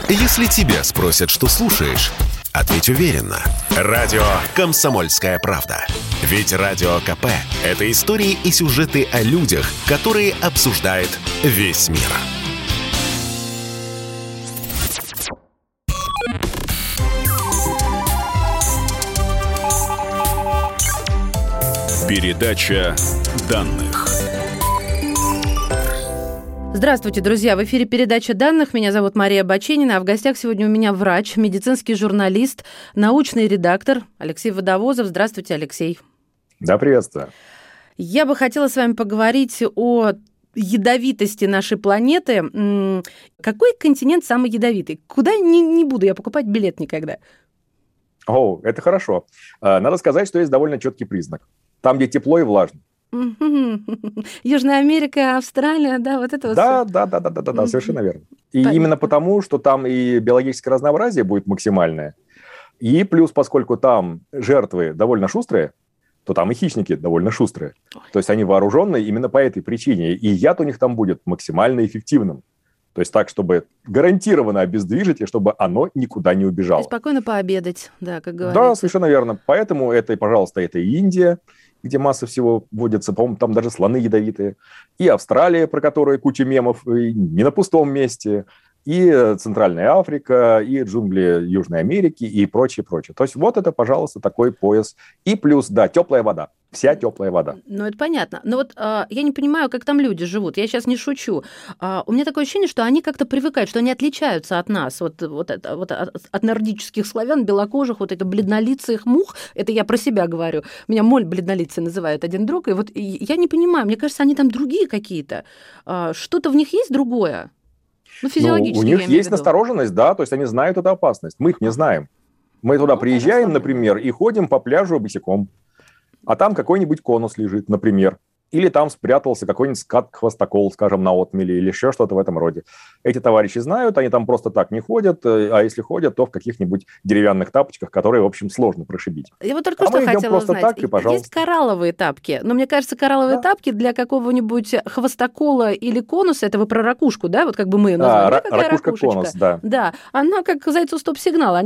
Если тебя спросят, что слушаешь, ответь уверенно. Радио «Комсомольская правда». Ведь Радио КП – это истории и сюжеты о людях, которые обсуждает весь мир. Передача данных. Здравствуйте, друзья! В эфире передача данных. Меня зовут Мария Баченина, а в гостях сегодня у меня врач, медицинский журналист, научный редактор Алексей Водовозов. Здравствуйте, Алексей. Да, приветствую. Я бы хотела с вами поговорить о ядовитости нашей планеты. Какой континент самый ядовитый? Куда не буду я покупать билет никогда. О, это хорошо. Надо сказать, что есть довольно четкий признак. Там, где тепло и влажно. Южная Америка, Австралия, да, вот это вот. Да, совершенно верно. И именно потому, что там и биологическое разнообразие будет максимальное, и плюс, поскольку там жертвы довольно шустрые, то там и хищники довольно шустрые. То есть они вооруженные именно по этой причине. И яд у них там будет максимально эффективным. То есть так, чтобы гарантированно обездвижить, и чтобы оно никуда не убежало. И спокойно пообедать, да, как говорится. Да, совершенно верно. Поэтому это, пожалуйста, это и Индия, где масса всего водится, по-моему, там даже слоны ядовитые, и Австралия, про которую куча мемов, и не на пустом месте, и Центральная Африка, и джунгли Южной Америки, и прочее. То есть вот это, пожалуйста, такой пояс. И плюс, да, теплая вода. Вся теплая вода. Ну, это понятно. Но вот я не понимаю, как там люди живут. Я сейчас не шучу. У меня такое ощущение, что они как-то привыкают, что они отличаются от нас. Вот от нордических славян, белокожих, вот это бледнолицых мух. Это я про себя говорю. Меня моль бледнолицей называет один друг. И вот я не понимаю, мне кажется, они там другие какие-то. Что-то в них есть другое? Ну, физиологически. У них есть настороженность, да, то есть они знают эту опасность. Мы их не знаем. Мы туда приезжаем, например, и ходим по пляжу босиком. А там какой-нибудь конус лежит, например. Или там спрятался какой-нибудь скат-хвостокол, скажем, на отмеле, или еще что-то в этом роде. Эти товарищи знают, они там просто так не ходят, а если ходят, то в каких-нибудь деревянных тапочках, которые, в общем, сложно прошибить. Я вот только что хотела узнать. Так, и, есть коралловые тапки, но мне кажется, коралловые тапки для какого-нибудь хвостокола или конуса, это вы про ракушку, да, вот как бы мы ее назвали. Ракушка-конус, да. Да, она как зайцу стоп-сигнал.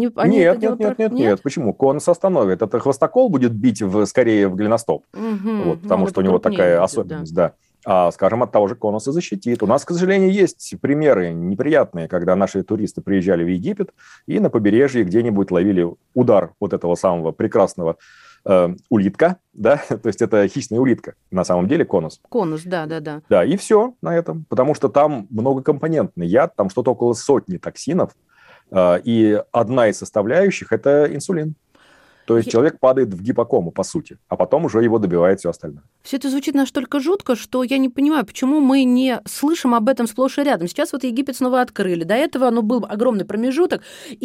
Нет, почему? Конус остановит. Это хвостокол будет бить скорее в голеностоп, потому что у него такая особенность, да. А, скажем, от того же конуса защитит. У нас, к сожалению, есть примеры неприятные, когда наши туристы приезжали в Египет и на побережье где-нибудь ловили удар вот этого самого прекрасного улитка, да, то есть это хищная улитка, на самом деле конус. Конус, да. Да, и все на этом, потому что там многокомпонентный яд, там что-то около 100 токсинов, и одна из составляющих – это инсулин. То есть человек падает в гипокому, по сути, а потом уже его добивает все остальное. Все это звучит настолько жутко, что я не понимаю, почему мы не слышим об этом сплошь и рядом. Сейчас вот Египет снова открыли. До этого был огромный промежуток.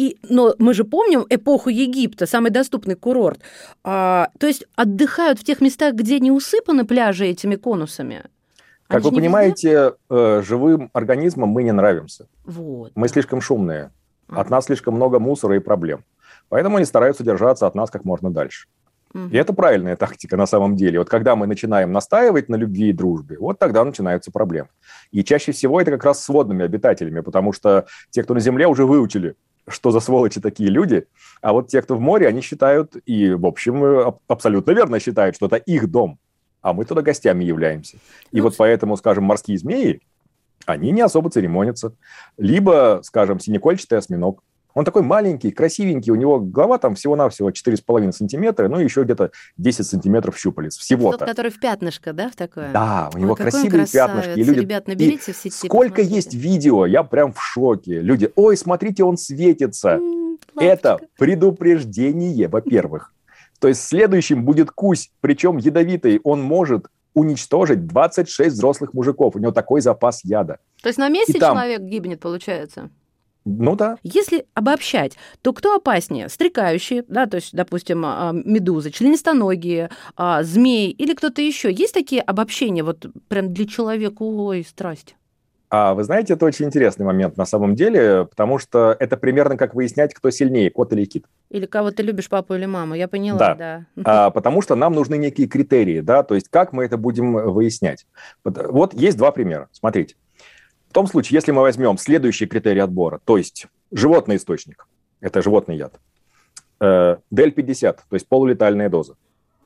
Но мы же помним эпоху Египта, самый доступный курорт. То есть отдыхают в тех местах, где не усыпаны пляжи этими конусами. Как вы понимаете, живым организмам мы не нравимся. Мы слишком шумные. От нас слишком много мусора и проблем. Поэтому они стараются держаться от нас как можно дальше. И это правильная тактика на самом деле. Вот когда мы начинаем настаивать на любви и дружбе, вот тогда начинаются проблемы. И чаще всего это как раз с водными обитателями, потому что те, кто на Земле, уже выучили, что за сволочи такие люди, а вот те, кто в море, они считают, и, в общем, абсолютно верно считают, что это их дом, а мы туда гостями являемся. И вот поэтому, скажем, морские змеи, они не особо церемонятся. Либо, скажем, синекольчатый осьминог. Он такой маленький, красивенький, у него голова там всего-навсего 4,5 сантиметра, ну и еще где-то 10 сантиметров щупалец всего-то. Тот, который в пятнышко, да, в такое? Да, у него красивые пятнышки. И ребят, наберите в сети. Сколько есть видео, я прям в шоке. Люди, ой, смотрите, он светится. Это предупреждение, во-первых. То есть следующим будет кусь, причем ядовитый. Он может уничтожить 26 взрослых мужиков. У него такой запас яда. То есть на месте человек гибнет, получается? Ну да. Если обобщать, то кто опаснее? Стрекающие, да, то есть, допустим, медузы, членистоногие, змеи или кто-то еще? Есть такие обобщения вот прям для человека? Ой, страсть. Вы знаете, это очень интересный момент на самом деле, потому что это примерно как выяснять, кто сильнее, кот или кит. Или кого ты любишь, папу или маму, я поняла, да. Потому что нам нужны некие критерии, да, то есть как мы это будем выяснять. Вот есть два примера, смотрите. В том случае, если мы возьмем следующий критерий отбора, то есть животный источник. Это животный яд. Дель-50, то есть полулетальная доза.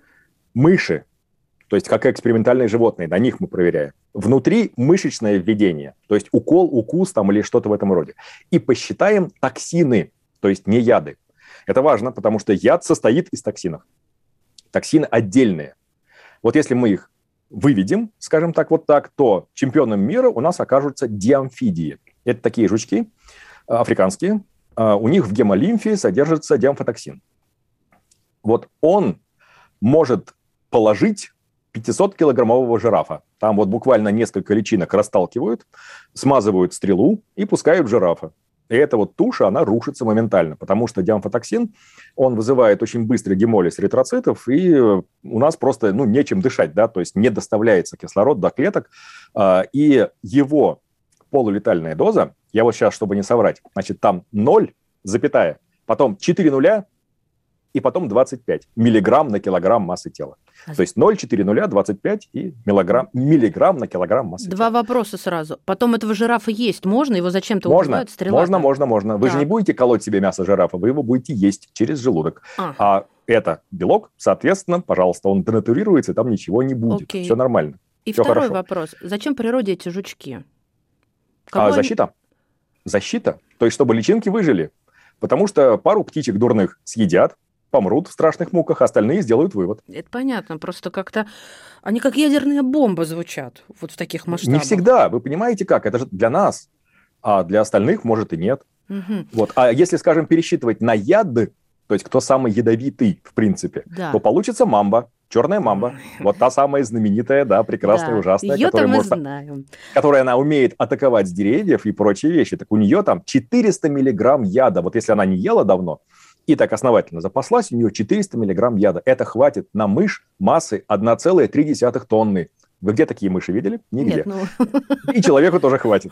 Мыши, то есть как экспериментальные животные, на них мы проверяем. Внутри мышечное введение, то есть укол, укус там, или что-то в этом роде. И посчитаем токсины, то есть не яды. Это важно, потому что яд состоит из токсинов. Токсины отдельные. Вот если мы их выведем, скажем так, вот так, то чемпионом мира у нас окажутся диамфидии. Это такие жучки африканские. У них в гемолимфе содержится диамфотоксин. Вот он может положить 500-килограммового жирафа. Там вот буквально несколько личинок расталкивают, смазывают стрелу и пускают жирафа. И эта вот туша, она рушится моментально, потому что диамфотоксин, он вызывает очень быстрый гемолиз эритроцитов, и у нас просто нечем дышать, да, то есть не доставляется кислород до клеток, и его полулетальная доза, я вот сейчас, чтобы не соврать, значит, там 0, потом 4 нуля, и потом 25 миллиграмм на килограмм массы тела. То есть 0, 4 нуля, 25 и миллиграмм на килограмм массы тела. Два вопроса сразу. Потом этого жирафа есть можно? Его зачем-то убивают? Можно. Вы же не будете колоть себе мясо жирафа, вы его будете есть через желудок. А это белок, соответственно, пожалуйста, он денатурируется, и там ничего не будет. Окей. Все нормально. И Все второй хорошо. вопрос. Зачем природе эти жучки? Защита. Защита. То есть, чтобы личинки выжили. Потому что пару птичек дурных съедят, помрут в страшных муках, остальные сделают вывод. Это понятно, просто как-то они как ядерная бомба звучат вот в таких масштабах. Не всегда, вы понимаете как? Это же для нас, а для остальных, может, и нет. Угу. Вот. А если, скажем, пересчитывать на яд, то есть кто самый ядовитый, в принципе, то получится мамба, черная мамба. Вот та самая знаменитая, да, прекрасная, ужасная, которая она умеет атаковать с деревьев и прочие вещи. Так у нее там 400 миллиграмм яда. Вот если она не ела давно, и так основательно запаслась, у нее 400 миллиграмм яда. Это хватит на мышь массы 1,3 тонны. Вы где такие мыши видели? Нигде. Нет, И человеку тоже хватит.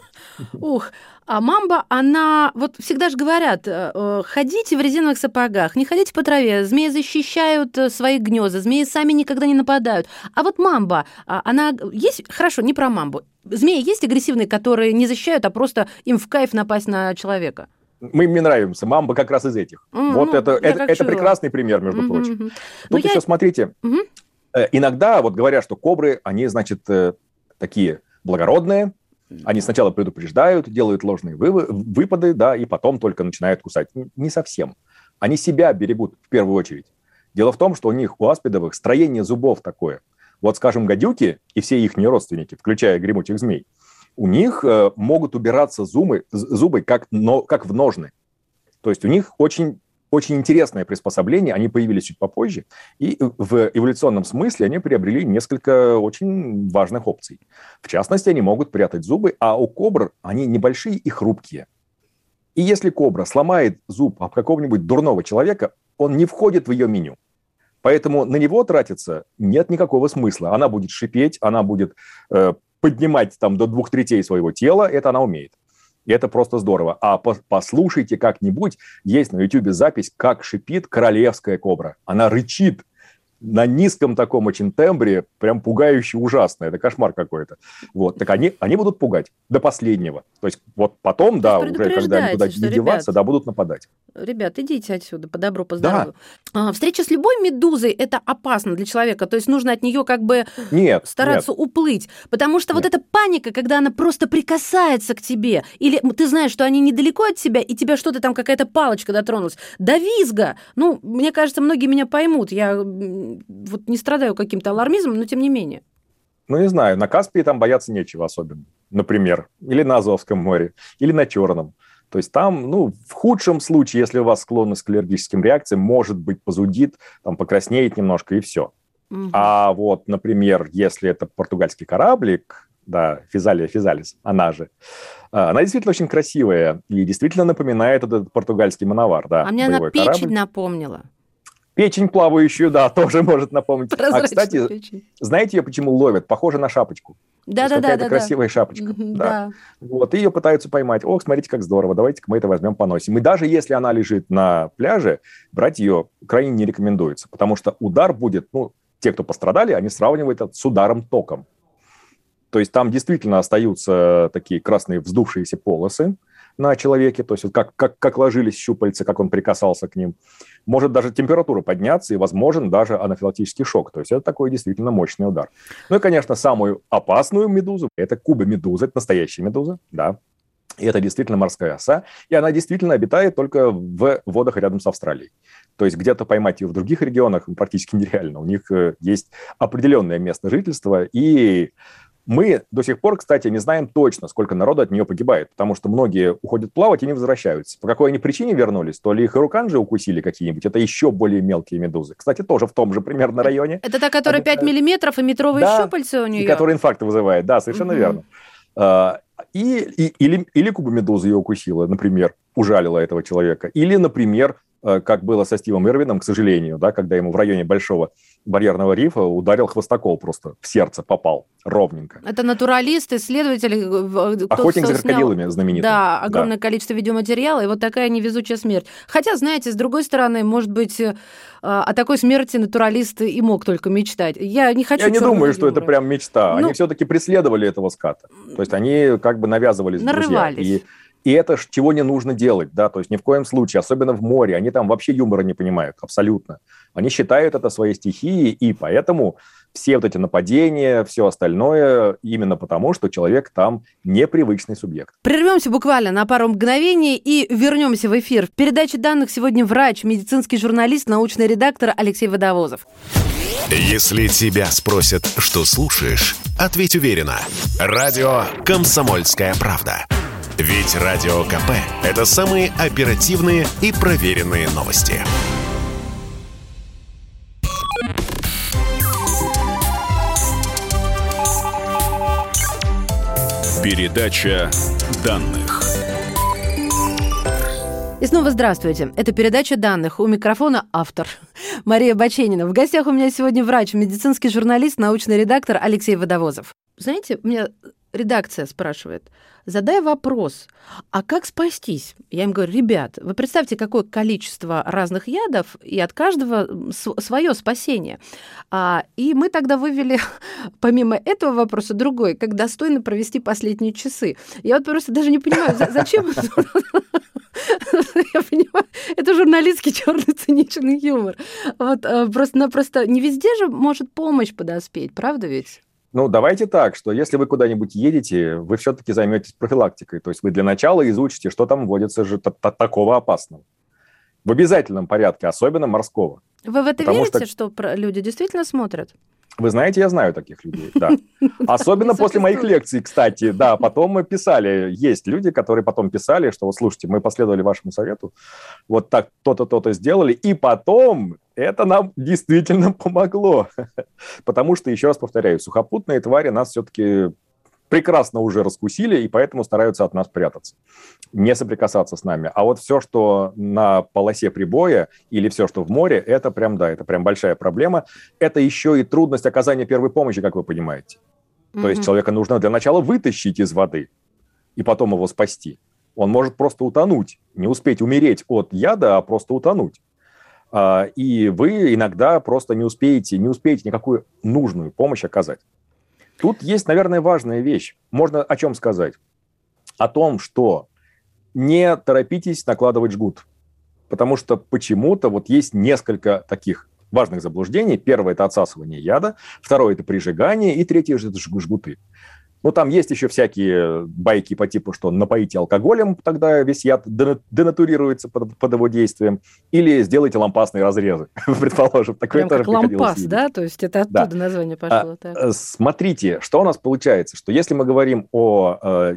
А мамба, она... Вот всегда же говорят, ходите в резиновых сапогах, не ходите по траве, змеи защищают свои гнезда, змеи сами никогда не нападают. А вот мамба, она есть... Хорошо, не про мамбу. Змеи есть агрессивные, которые не защищают, а просто им в кайф напасть на человека? Мы им не нравимся. Мамба как раз из этих. Это прекрасный пример, между прочим. Тут еще смотрите. Иногда вот говорят, что кобры, они, значит, такие благородные. Они сначала предупреждают, делают ложные выпады, да, и потом только начинают кусать. Не совсем. Они себя берегут в первую очередь. Дело в том, что у них, у аспидовых, строение зубов такое. Вот, скажем, гадюки и все их родственники, включая гремучих змей, у них могут убираться зубы как в ножны. То есть у них очень интересное приспособление, они появились чуть попозже, и в эволюционном смысле они приобрели несколько очень важных опций. В частности, они могут прятать зубы, а у кобр они небольшие и хрупкие. И если кобра сломает зуб об какого-нибудь дурного человека, он не входит в ее меню. Поэтому на него тратиться нет никакого смысла. Она будет шипеть, она будет поднимать там до 2/3 своего тела, это она умеет. И это просто здорово. А послушайте как-нибудь, есть на YouTube запись, как шипит королевская кобра. Она рычит на низком таком очень тембре, прям пугающе ужасно. Это кошмар какой-то. Вот. Так они будут пугать до последнего. То есть вот потом, да, уже когда они туда не деваться, да, будут нападать. Ребят, идите отсюда, по добру, по здоровью. Да. Встреча с любой медузой – это опасно для человека. То есть нужно от нее как бы стараться уплыть. Потому что вот эта паника, когда она просто прикасается к тебе, или ты знаешь, что они недалеко от тебя, и тебя что-то там, какая-то палочка дотронулась, до визга. Ну, мне кажется, многие меня поймут. Я вот не страдаю каким-то алармизмом, но тем не менее. Ну, не знаю, на Каспии там бояться нечего особенно, например. Или на Азовском море, или на Черном. То есть там, в худшем случае, если у вас склонность к аллергическим реакциям, может быть, позудит, там покраснеет немножко, и все. Угу. А вот, например, если это португальский кораблик, да, Физалия Физалис, она действительно очень красивая и действительно напоминает этот португальский мановар. Да, а мне она печень напомнила. Печень плавающую, да, тоже может напомнить. А, кстати, печень. Знаете, ее почему ловят? Похоже на шапочку. Да. Какая-то красивая шапочка. Да. Вот, и ее пытаются поймать. Ох, смотрите, как здорово, давайте-ка мы это возьмем, поносим. И даже если она лежит на пляже, брать ее крайне не рекомендуется, потому что удар будет, те, кто пострадали, они сравнивают это с ударом током. То есть там действительно остаются такие красные вздувшиеся полосы, на человеке, то есть вот как ложились щупальца, как он прикасался к ним. Может даже температура подняться и, возможен, даже анафилактический шок. То есть это такой действительно мощный удар. Ну и, конечно, самую опасную медузу – это кубомедуза, это настоящая медуза, да. И это действительно морская оса, и она действительно обитает только в водах рядом с Австралией. То есть где-то поймать ее в других регионах практически нереально. У них есть определенное место жительства, и мы до сих пор, кстати, не знаем точно, сколько народу от нее погибает, потому что многие уходят плавать и не возвращаются. По какой они причине вернулись? То ли их ируканджи укусили какие-нибудь, это еще более мелкие медузы. Кстати, тоже в том же примерно районе. Это та, которая 5 миллиметров и метровые щупальца у нее? И которая инфаркты вызывает, да, совершенно верно. Или кубомедуза ее укусила, например, ужалила этого человека. Или, например, как было со Стивом Ирвином, к сожалению, да, когда ему в районе Большого барьерного рифа ударил хвостокол, просто в сердце попал ровненько. Это натуралист, исследователь. Охотник за крокодилами знаменитый. Да, огромное количество видеоматериала, и вот такая невезучая смерть. Хотя, знаете, с другой стороны, может быть, о такой смерти натуралист и мог только мечтать. Я не думаю, что это прям мечта. Они все-таки преследовали этого ската. То есть они как бы навязывались, нарывались. Друзья. И это ж чего не нужно делать, да, то есть ни в коем случае, особенно в море, они там вообще юмора не понимают, абсолютно. Они считают это своей стихией, и поэтому все вот эти нападения, все остальное, именно потому, что человек там непривычный субъект. Прервемся буквально на пару мгновений и вернемся в эфир. В передаче данных сегодня врач, медицинский журналист, научный редактор Алексей Водовозов. Если тебя спросят, что слушаешь, ответь уверенно. Радио «Комсомольская правда». Ведь Радио КП – это самые оперативные и проверенные новости. Передача данных. И снова здравствуйте. Это передача данных. У микрофона автор Мария Баченина. В гостях у меня сегодня врач, медицинский журналист, научный редактор Алексей Водовозов. Знаете, меня редакция спрашивает, задай вопрос, а как спастись? Я им говорю, ребят, вы представьте, какое количество разных ядов, и от каждого свое спасение. И мы тогда вывели, помимо этого вопроса, другой, как достойно провести последние часы. Я вот просто даже не понимаю, зачем это? Я понимаю, это журналистский черный циничный юмор. Вот просто не везде же может помощь подоспеть, правда ведь? Ну, давайте так, что если вы куда-нибудь едете, вы все-таки займетесь профилактикой. То есть вы для начала изучите, что там водится же такого опасного. В обязательном порядке, особенно морского. Вы в это верите, что люди действительно смотрят? Вы знаете, я знаю таких людей, да. Особенно после моих лекций, кстати, да, потом мы писали, есть люди, которые потом писали, что вот слушайте, мы последовали вашему совету, вот так то-то, то-то сделали, и потом это нам действительно помогло. Потому что, еще раз повторяю, сухопутные твари нас все-таки прекрасно уже раскусили, и поэтому стараются от нас прятаться, не соприкасаться с нами. А вот все, что на полосе прибоя или все, что в море, это прям, да, это прям большая проблема. Это еще и трудность оказания первой помощи, как вы понимаете. То есть человека нужно для начала вытащить из воды и потом его спасти. Он может просто утонуть, не успеть умереть от яда, а просто утонуть. И вы иногда просто не успеете никакую нужную помощь оказать. Тут есть, наверное, важная вещь. Можно о чем сказать? О том, что не торопитесь накладывать жгут. Потому что почему-то вот есть несколько таких важных заблуждений. Первое – это отсасывание яда. Второе – это прижигание. И третье – это жгуты. Ну, там есть еще всякие байки по типу, что напоите алкоголем, тогда весь яд денатурируется под его действием. Или сделайте лампасные разрезы, предположим. Прям как лампас, да? То есть это оттуда название пошло. Так. Смотрите, что у нас получается, что если мы говорим о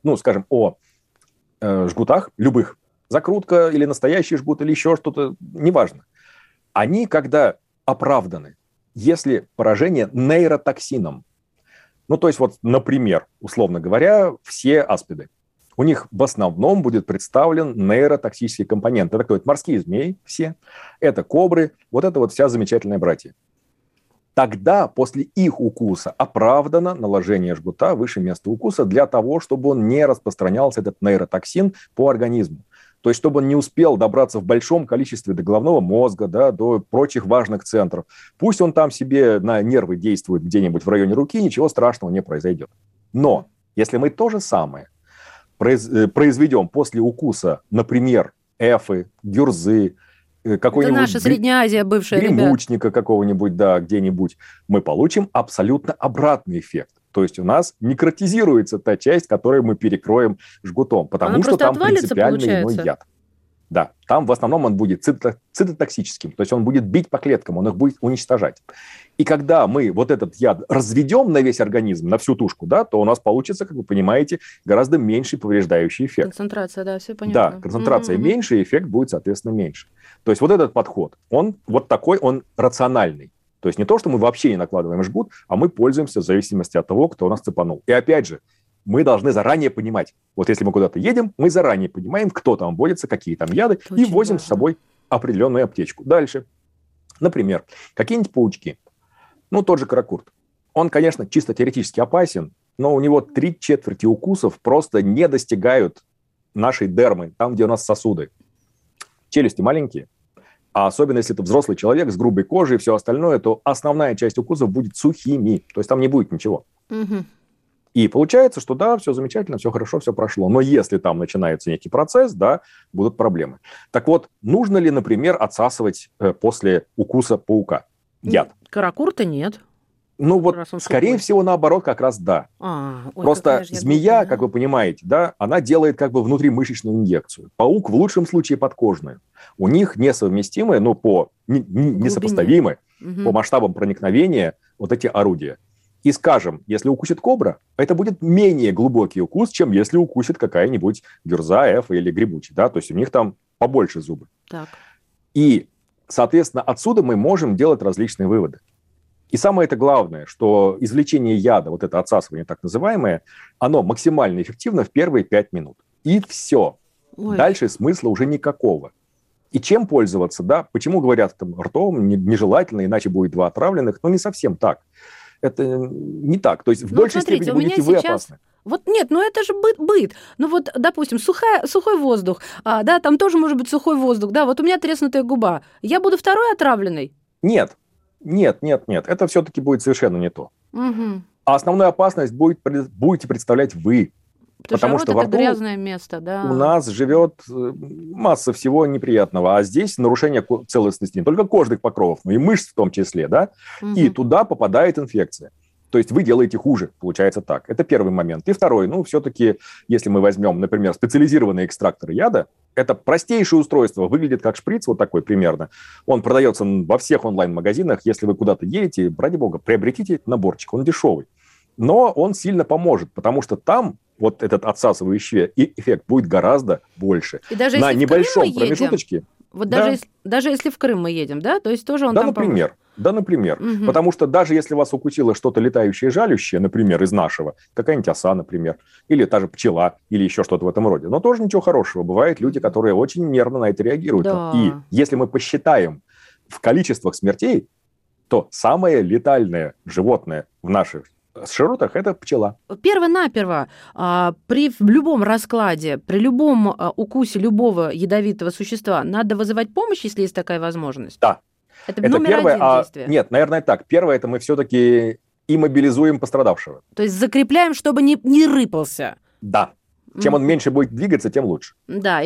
жгутах любых, закрутка или настоящий жгут, или еще что-то, неважно, они когда оправданы, если поражение нейротоксином. Ну, то есть, вот, например, условно говоря, все аспиды. У них в основном будет представлен нейротоксический компонент. Это кто? Это морские змеи все, это кобры, вот это вот вся замечательная братья. Тогда после их укуса оправдано наложение жгута выше места укуса для того, чтобы он не распространялся, этот нейротоксин, по организму. То есть, чтобы он не успел добраться в большом количестве до головного мозга, да, до прочих важных центров. Пусть он там себе на нервы действует где-нибудь в районе руки, ничего страшного не произойдет. Но если мы то же самое произведем после укуса, например, эфы, гюрзы, какой-нибудь... Это наша Средняя Азия, бывшая, гремучника ребят. Какого-нибудь, да, где-нибудь, мы получим абсолютно обратный эффект. То есть у нас некротизируется та часть, которую мы перекроем жгутом, потому что там принципиально иной яд. Да, там в основном он будет цитотоксическим, то есть он будет бить по клеткам, он их будет уничтожать. И когда мы вот этот яд разведем на весь организм, на всю тушку, да, то у нас получится, как вы понимаете, гораздо меньший повреждающий эффект. Концентрация, да, все понятно. Да, концентрация меньше, эффект будет, соответственно, меньше. То есть вот этот подход, он вот такой, он рациональный. То есть не то, что мы вообще не накладываем жгут, а мы пользуемся в зависимости от того, кто нас цепанул. И опять же, мы должны заранее понимать. Вот если мы куда-то едем, мы заранее понимаем, кто там водится, какие там яды, и возим с собой определенную аптечку. Дальше. Например, какие-нибудь паучки. Ну, тот же каракурт. Он, конечно, чисто теоретически опасен, но у него 3/4 укусов просто не достигают нашей дермы, там, где у нас сосуды. Челюсти маленькие. А особенно, если это взрослый человек с грубой кожей и все остальное, то основная часть укусов будет сухими. То есть там не будет ничего. И получается, что да, все замечательно, все хорошо, все прошло. Но если там начинается некий процесс, да, будут проблемы. Так вот, нужно ли, например, отсасывать после укуса паука яд? Каракурта нет. Ну вот, скорее всего, наоборот, как раз да. Просто змея, как вы понимаете, да, она делает как бы внутримышечную инъекцию. Паук в лучшем случае подкожную. У них несовместимые, ну, несопоставимые по масштабам проникновения вот эти орудия. И, скажем, если укусит кобра, это будет менее глубокий укус, чем если укусит какая-нибудь гюрза, эфа или грибучий. Да? То есть у них там побольше зубы. Так. И, соответственно, отсюда мы можем делать различные выводы. И самое это главное, что извлечение яда, вот это отсасывание так называемое, оно максимально эффективно в первые 5 минут. И все. Дальше смысла уже никакого. И чем пользоваться, да? Почему говорят там ртом нежелательно, иначе будет 2 отравленных? Но не совсем так. Это не так. То есть в большей степени будете вы опасны. Вот нет, ну это же быт. Ну вот, допустим, сухой воздух, да, там тоже может быть сухой воздух, да, вот у меня треснутая губа. Я буду второй отравленной? Нет. Это все-таки будет совершенно не то. Угу. А основную опасность будете представлять вы. Потому что во рту грязное место, да. У нас живет масса всего неприятного, а здесь нарушение целостности не только кожных покровов, но и мышц в том числе, да, и туда попадает инфекция. То есть вы делаете хуже, получается так. Это первый момент. И второй, ну, все-таки, если мы возьмем, например, специализированные экстракторы яда, это простейшее устройство, выглядит как шприц вот такой примерно. Он продается во всех онлайн-магазинах. Если вы куда-то едете, ради бога, приобретите наборчик, он дешевый. Но он сильно поможет, потому что там вот этот отсасывающий эффект будет гораздо больше. И даже на небольшом промежуточке. Вот даже если в Крым мы едем, да, то есть тоже он да, там например. поможет. Да, например. Угу. Потому что даже если вас укусило что-то летающее, жалющее, например, из нашего, какая-нибудь оса, например, или та же пчела, или еще что-то в этом роде, но тоже ничего хорошего. Бывают люди, которые очень нервно на это реагируют. Да. И если мы посчитаем в количествах смертей, то самое летальное животное в наших широтах – это пчела. Перво-наперво, при любом раскладе, при любом укусе любого ядовитого существа надо вызывать помощь, если есть такая возможность? Да. Это номер первое, один действие? Нет, наверное, так. Первое – это мы все-таки иммобилизуем пострадавшего. То есть закрепляем, чтобы не рыпался? Да. Чем он меньше будет двигаться, тем лучше. Да.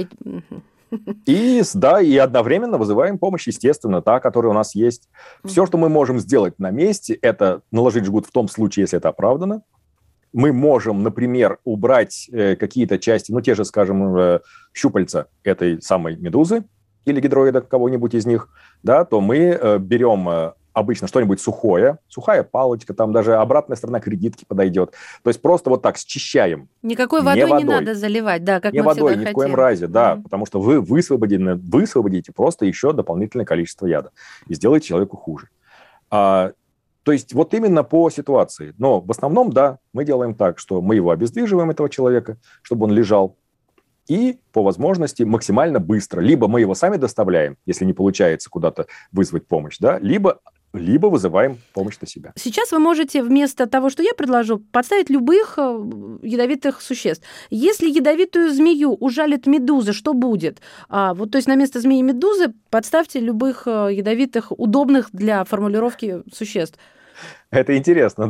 И одновременно вызываем помощь, естественно, та, которая у нас есть. Все, что мы можем сделать на месте, это наложить жгут в том случае, если это оправдано. Мы можем, например, убрать какие-то части, ну, те же, скажем, щупальца этой самой медузы или гидроида, кого-нибудь из них, да, то мы берем обычно что-нибудь сухое, сухая палочка, там даже обратная сторона кредитки подойдет. То есть просто вот так счищаем. Никакой водой не надо заливать, да, как не мы водой, всегда ни хотим. в коем разе, да, потому что вы высвободите просто еще дополнительное количество яда и сделаете человеку хуже. То есть вот именно по ситуации. Но в основном, да, мы делаем так, что мы его обездвиживаем, этого человека, чтобы он лежал, и по возможности максимально быстро. Либо мы его сами доставляем, если не получается куда-то вызвать помощь, да, либо вызываем помощь на себя. Сейчас вы можете вместо того, что я предложу, подставить любых ядовитых существ. Если ядовитую змею ужалит медуза, что будет? Вот, то есть на место змеи медузы подставьте любых ядовитых, удобных для формулировки существ. Это интересно,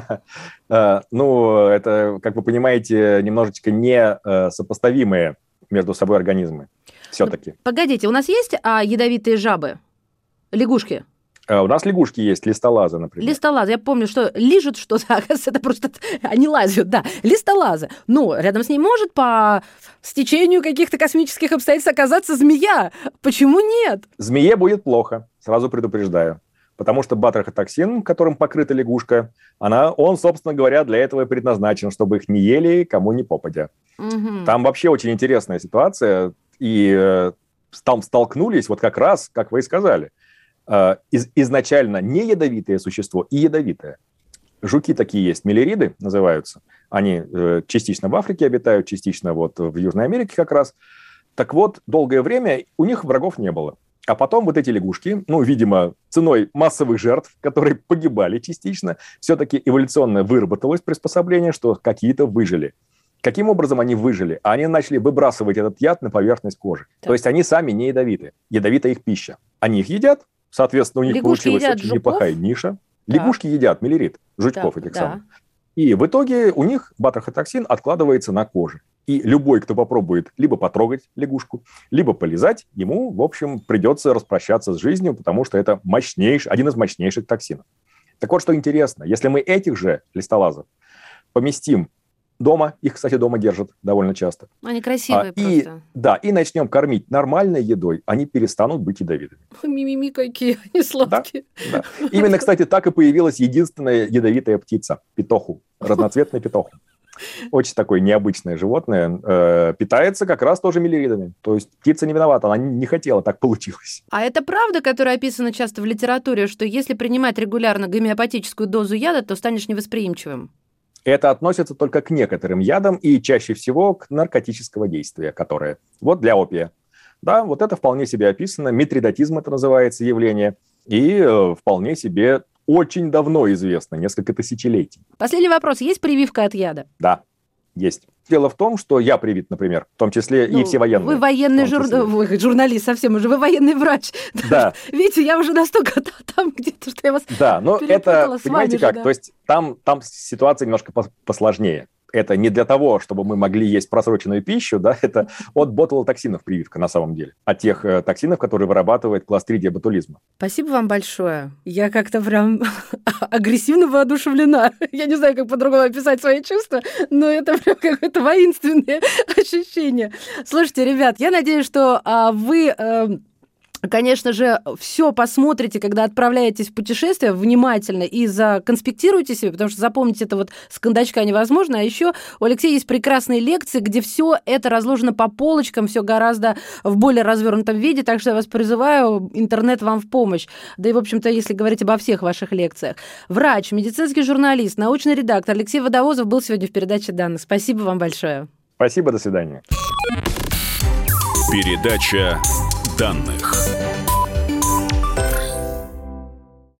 да. Ну, это, как вы понимаете, немножечко не сопоставимые между собой организмы все-таки. Погодите, у нас есть ядовитые жабы? Лягушки? У нас лягушки есть, листолазы, например. Листолазы. Я помню, что лижут что-то, оказывается, это просто они лазят, да. Листолазы. Ну, рядом с ней может по стечению каких-то космических обстоятельств оказаться змея. Почему нет? Змее будет плохо, сразу предупреждаю. Потому что батрахотоксин, которым покрыта лягушка, он, собственно говоря, для этого и предназначен, чтобы их не ели кому ни попадя. Угу. Там вообще очень интересная ситуация, и там столкнулись, вот как раз, как вы и сказали, изначально не ядовитое существо и ядовитое. Жуки такие есть, мелириды называются. Они частично в Африке обитают, частично вот в Южной Америке как раз. Так вот, долгое время у них врагов не было. А потом вот эти лягушки, ну, видимо, ценой массовых жертв, которые погибали частично, все-таки эволюционно выработалось приспособление, что какие-то выжили. Каким образом они выжили? Они начали выбрасывать этот яд на поверхность кожи. Так. То есть они сами не ядовиты. Ядовита их пища. Они их едят, соответственно, у них лягушки получилась очень неплохая ниша. Да. Лягушки едят мелирид, жучков этих самых. И в итоге у них батрахотоксин откладывается на коже. И любой, кто попробует либо потрогать лягушку, либо полизать, ему, в общем, придется распрощаться с жизнью, потому что это один из мощнейших токсинов. Так вот, что интересно, если мы этих же листолазов поместим дома, их, кстати, дома держат довольно часто. Они красивые просто. Да, и начнем кормить нормальной едой, они перестанут быть ядовитыми. Мимими какие, они сладкие. Да. Именно, кстати, так и появилась единственная ядовитая птица – петоху, разноцветный петоху. Очень такое необычное животное, питается как раз тоже мелиридами. То есть птица не виновата, она не хотела, так получилось. А это правда, которая описана часто в литературе, что если принимать регулярно гомеопатическую дозу яда, то станешь невосприимчивым? Это относится только к некоторым ядам и чаще всего к наркотического действия, которое вот для опия. Да, вот это вполне себе описано, митридатизм это называется явление, и вполне себе очень давно известно, несколько тысячелетий. Последний вопрос. Есть прививка от яда? Да, есть. Дело в том, что я привит, например, в том числе и все военные. Вы военный журналист совсем уже, вы военный врач. Да. Видите, я уже настолько там где-то, что я вас да, но это, понимаете как, да. То есть там ситуация немножко посложнее. Это не для того, чтобы мы могли есть просроченную пищу, да, это от ботулотоксинов прививка на самом деле, от тех токсинов, которые вырабатывает кластридия ботулизма. Спасибо вам большое. Я как-то прям агрессивно воодушевлена. Я не знаю, как по-другому описать свои чувства, но это прям какое-то воинственное ощущение. Слушайте, ребят, я надеюсь, что вы... Конечно же, все посмотрите, когда отправляетесь в путешествие, внимательно и законспектируйте себе, потому что запомнить это вот с кондачка невозможно. А еще у Алексея есть прекрасные лекции, где все это разложено по полочкам, все гораздо в более развернутом виде, так что я вас призываю, интернет вам в помощь. Да и, в общем-то, если говорить обо всех ваших лекциях. Врач, медицинский журналист, научный редактор Алексей Водовозов был сегодня в передаче данных. Спасибо вам большое. Спасибо, до свидания. Передача данных.